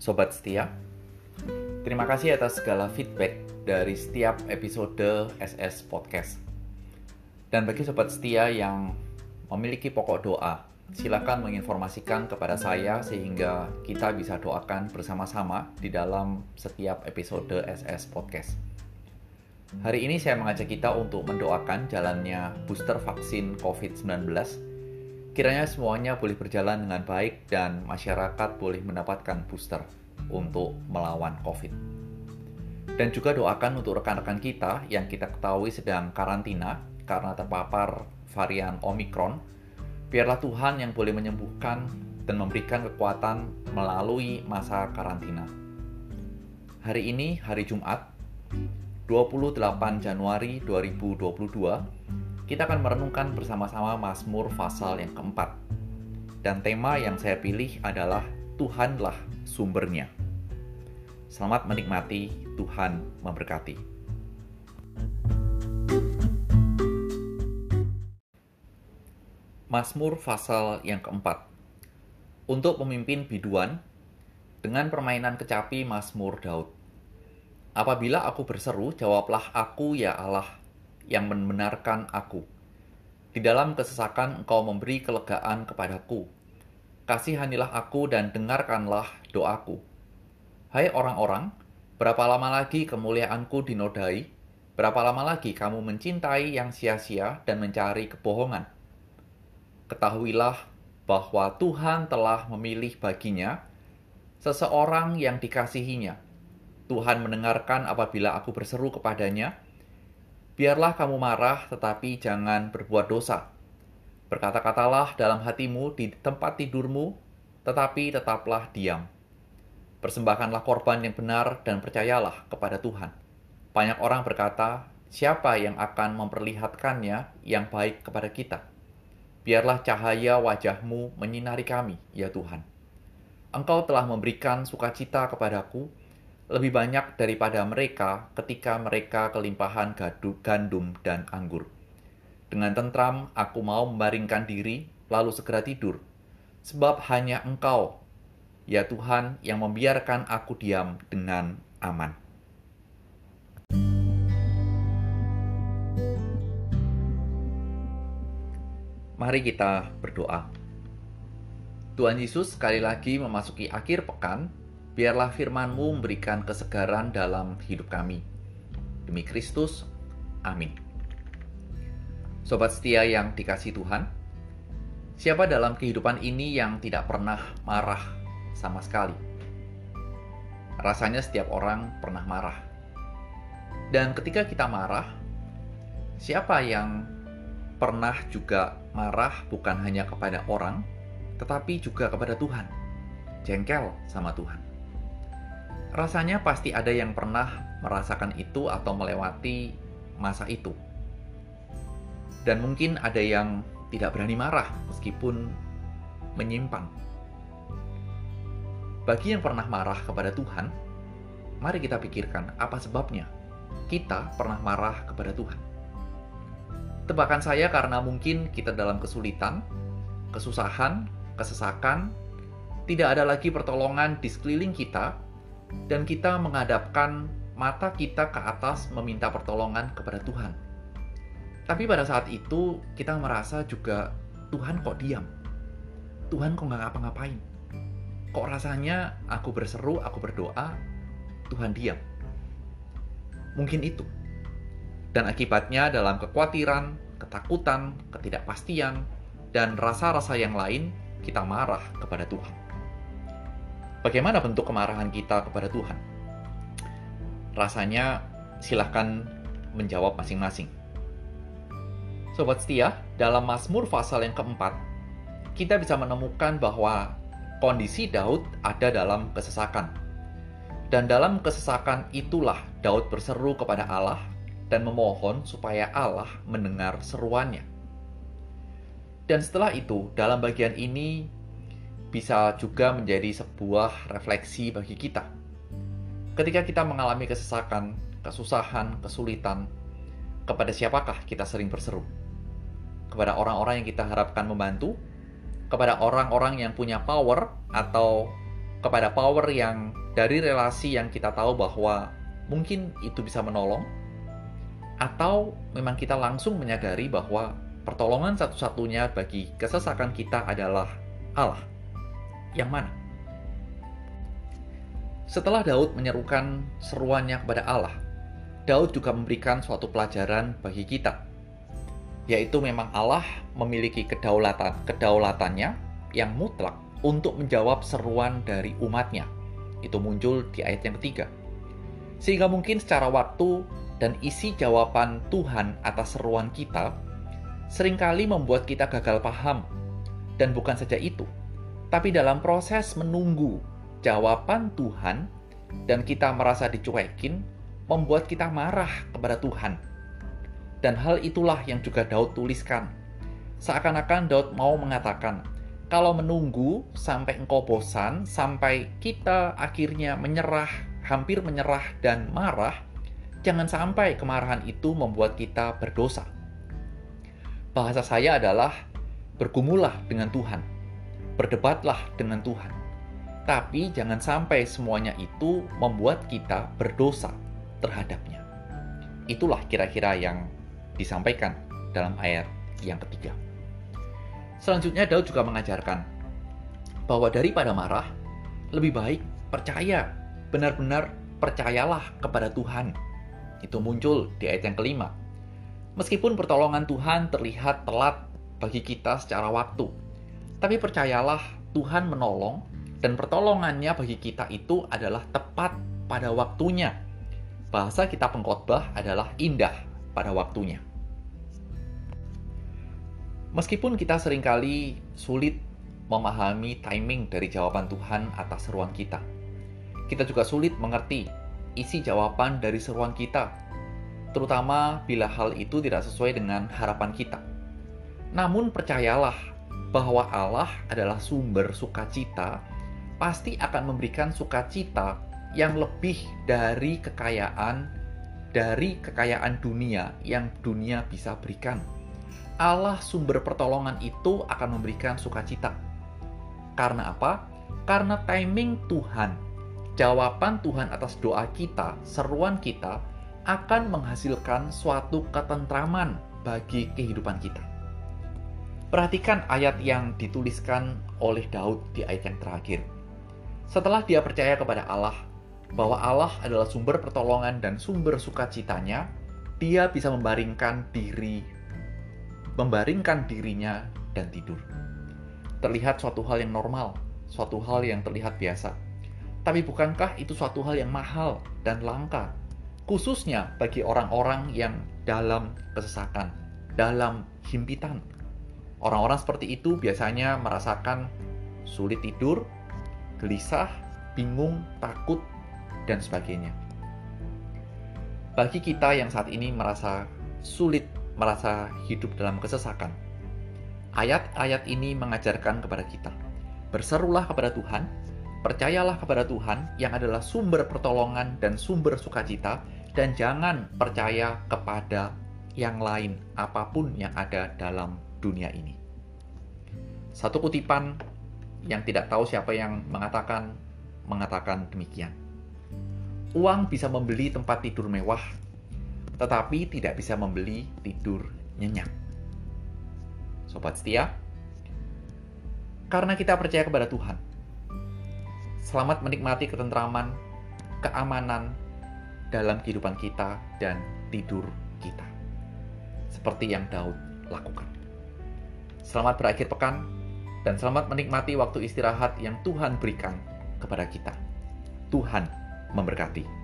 Sobat setia, terima kasih atas segala feedback dari setiap episode SS Podcast. Dan bagi sobat setia yang memiliki pokok doa, silakan menginformasikan kepada saya sehingga kita bisa doakan bersama-sama di dalam setiap episode SS Podcast. Hari ini saya mengajak kita untuk mendoakan jalannya booster vaksin COVID-19. Kiranya semuanya boleh berjalan dengan baik dan masyarakat boleh mendapatkan booster untuk melawan COVID. Dan juga doakan untuk rekan-rekan kita yang kita ketahui sedang karantina karena terpapar varian Omicron. Biarlah Tuhan yang boleh menyembuhkan dan memberikan kekuatan melalui masa karantina. Hari ini, hari Jumat, 28 Januari 2022, kita akan merenungkan bersama-sama Mazmur pasal yang keempat. Dan tema yang saya pilih adalah Tuhanlah sumbernya. Selamat menikmati, Tuhan memberkati. Mazmur pasal yang keempat. Untuk pemimpin biduan, dengan permainan kecapi Mazmur Daud. Apabila aku berseru, jawablah aku ya Allah, yang membenarkan aku. Di dalam kesesakan engkau memberi kelegaan kepadaku. Kasihanilah aku dan dengarkanlah doaku. Hai orang-orang, berapa lama lagi kemuliaanku dinodai? Berapa lama lagi kamu mencintai yang sia-sia dan mencari kebohongan? Ketahuilah bahwa Tuhan telah memilih baginya seseorang yang dikasihinya. Tuhan mendengarkan apabila aku berseru kepadanya. Biarlah kamu marah, tetapi jangan berbuat dosa. Berkata-katalah dalam hatimu di tempat tidurmu, tetapi tetaplah diam. Persembahkanlah korban yang benar dan percayalah kepada Tuhan. Banyak orang berkata, siapa yang akan memperlihatkannya yang baik kepada kita? Biarlah cahaya wajahmu menyinari kami, ya Tuhan. Engkau telah memberikan sukacita kepadaku, lebih banyak daripada mereka ketika mereka kelimpahan gandum dan anggur. Dengan tentram aku mau membaringkan diri, lalu segera tidur. Sebab hanya Engkau, ya Tuhan, yang membiarkan aku diam dengan aman. Mari kita berdoa. Tuhan Yesus, sekali lagi memasuki akhir pekan, biarlah firman-Mu memberikan kesegaran dalam hidup kami. Demi Kristus, amin. Sobat setia yang dikasihi Tuhan, siapa dalam kehidupan ini yang tidak pernah marah sama sekali? Rasanya setiap orang pernah marah. Dan ketika kita marah, siapa yang pernah juga marah bukan hanya kepada orang, tetapi juga kepada Tuhan? Jengkel sama Tuhan. Rasanya pasti ada yang pernah merasakan itu atau melewati masa itu. Dan mungkin ada yang tidak berani marah meskipun menyimpang. Bagi yang pernah marah kepada Tuhan, mari kita pikirkan apa sebabnya kita pernah marah kepada Tuhan. Tebakan saya karena mungkin kita dalam kesulitan, kesusahan, kesesakan, tidak ada lagi pertolongan di sekeliling kita, dan kita menghadapkan mata kita ke atas meminta pertolongan kepada Tuhan. Tapi pada saat itu kita merasa juga, Tuhan kok diam? Tuhan kok nggak ngapa-ngapain? Kok rasanya aku berseru, aku berdoa, Tuhan diam? Mungkin itu. Dan akibatnya dalam kekhawatiran, ketakutan, ketidakpastian, dan rasa-rasa yang lain, kita marah kepada Tuhan. Bagaimana bentuk kemarahan kita kepada Tuhan? Rasanya silahkan menjawab masing-masing. Sobat setia, dalam Mazmur pasal yang keempat, kita bisa menemukan bahwa kondisi Daud ada dalam kesesakan. Dan dalam kesesakan itulah Daud berseru kepada Allah dan memohon supaya Allah mendengar seruannya. Dan setelah itu, dalam bagian ini bisa juga menjadi sebuah refleksi bagi kita. Ketika kita mengalami kesesakan, kesusahan, kesulitan, kepada siapakah kita sering berseru? Kepada orang-orang yang kita harapkan membantu? Kepada orang-orang yang punya power atau kepada power yang dari relasi yang kita tahu bahwa mungkin itu bisa menolong, atau memang kita langsung menyadari bahwa pertolongan satu-satunya bagi kesesakan kita adalah Allah? Yang mana? Setelah Daud menyerukan seruannya kepada Allah, Daud juga memberikan suatu pelajaran bagi kita, yaitu memang Allah memiliki kedaulatannya yang mutlak untuk menjawab seruan dari umatnya. Itu muncul di ayat yang ketiga. Sehingga mungkin secara waktu dan isi jawaban Tuhan atas seruan kita seringkali membuat kita gagal paham. Dan bukan saja itu, tapi dalam proses menunggu jawaban Tuhan dan kita merasa dicuekin, membuat kita marah kepada Tuhan. Dan hal itulah yang juga Daud tuliskan. Seakan-akan Daud mau mengatakan, kalau menunggu sampai engkau bosan, sampai kita akhirnya menyerah, hampir menyerah dan marah, jangan sampai kemarahan itu membuat kita berdosa. Bahasa saya adalah, bergumulah dengan Tuhan, berdebatlah dengan Tuhan. Tapi jangan sampai semuanya itu membuat kita berdosa terhadapnya. Itulah kira-kira yang disampaikan dalam ayat yang ketiga. Selanjutnya Daud juga mengajarkan bahwa daripada marah, lebih baik percaya, benar-benar percayalah kepada Tuhan. Itu muncul di ayat yang kelima. Meskipun pertolongan Tuhan terlihat telat bagi kita secara waktu, tapi percayalah Tuhan menolong dan pertolongannya bagi kita itu adalah tepat pada waktunya. Bahasa kita pengkhotbah adalah indah pada waktunya. Meskipun kita seringkali sulit memahami timing dari jawaban Tuhan atas seruan kita, kita juga sulit mengerti isi jawaban dari seruan kita, terutama bila hal itu tidak sesuai dengan harapan kita. Namun percayalah bahwa Allah adalah sumber sukacita, pasti akan memberikan sukacita yang lebih dari kekayaan dunia yang dunia bisa berikan. Allah sumber pertolongan itu akan memberikan sukacita. Karena apa? Karena timing Tuhan, jawaban Tuhan atas doa kita, seruan kita, akan menghasilkan suatu ketentraman bagi kehidupan kita. Perhatikan ayat yang dituliskan oleh Daud di ayat yang terakhir. Setelah dia percaya kepada Allah, bahwa Allah adalah sumber pertolongan dan sumber sukacitanya, dia bisa membaringkan dirinya dan tidur. Terlihat suatu hal yang normal, suatu hal yang terlihat biasa. Tapi bukankah itu suatu hal yang mahal dan langka, khususnya bagi orang-orang yang dalam kesesakan, dalam himpitan. Orang-orang seperti itu biasanya merasakan sulit tidur, gelisah, bingung, takut, dan sebagainya. Bagi kita yang saat ini merasa sulit, merasa hidup dalam kesesakan, ayat-ayat ini mengajarkan kepada kita, berserulah kepada Tuhan, percayalah kepada Tuhan yang adalah sumber pertolongan dan sumber sukacita, dan jangan percaya kepada yang lain, apapun yang ada dalam dunia ini. Satu kutipan yang tidak tahu siapa yang mengatakan demikian. Uang bisa membeli tempat tidur mewah, tetapi tidak bisa membeli tidur nyenyak. Sobat setia, karena kita percaya kepada Tuhan, selamat menikmati ketentraman, keamanan dalam kehidupan kita dan tidur kita, seperti yang Daud lakukan. Selamat berakhir pekan, dan selamat menikmati waktu istirahat yang Tuhan berikan kepada kita. Tuhan memberkati.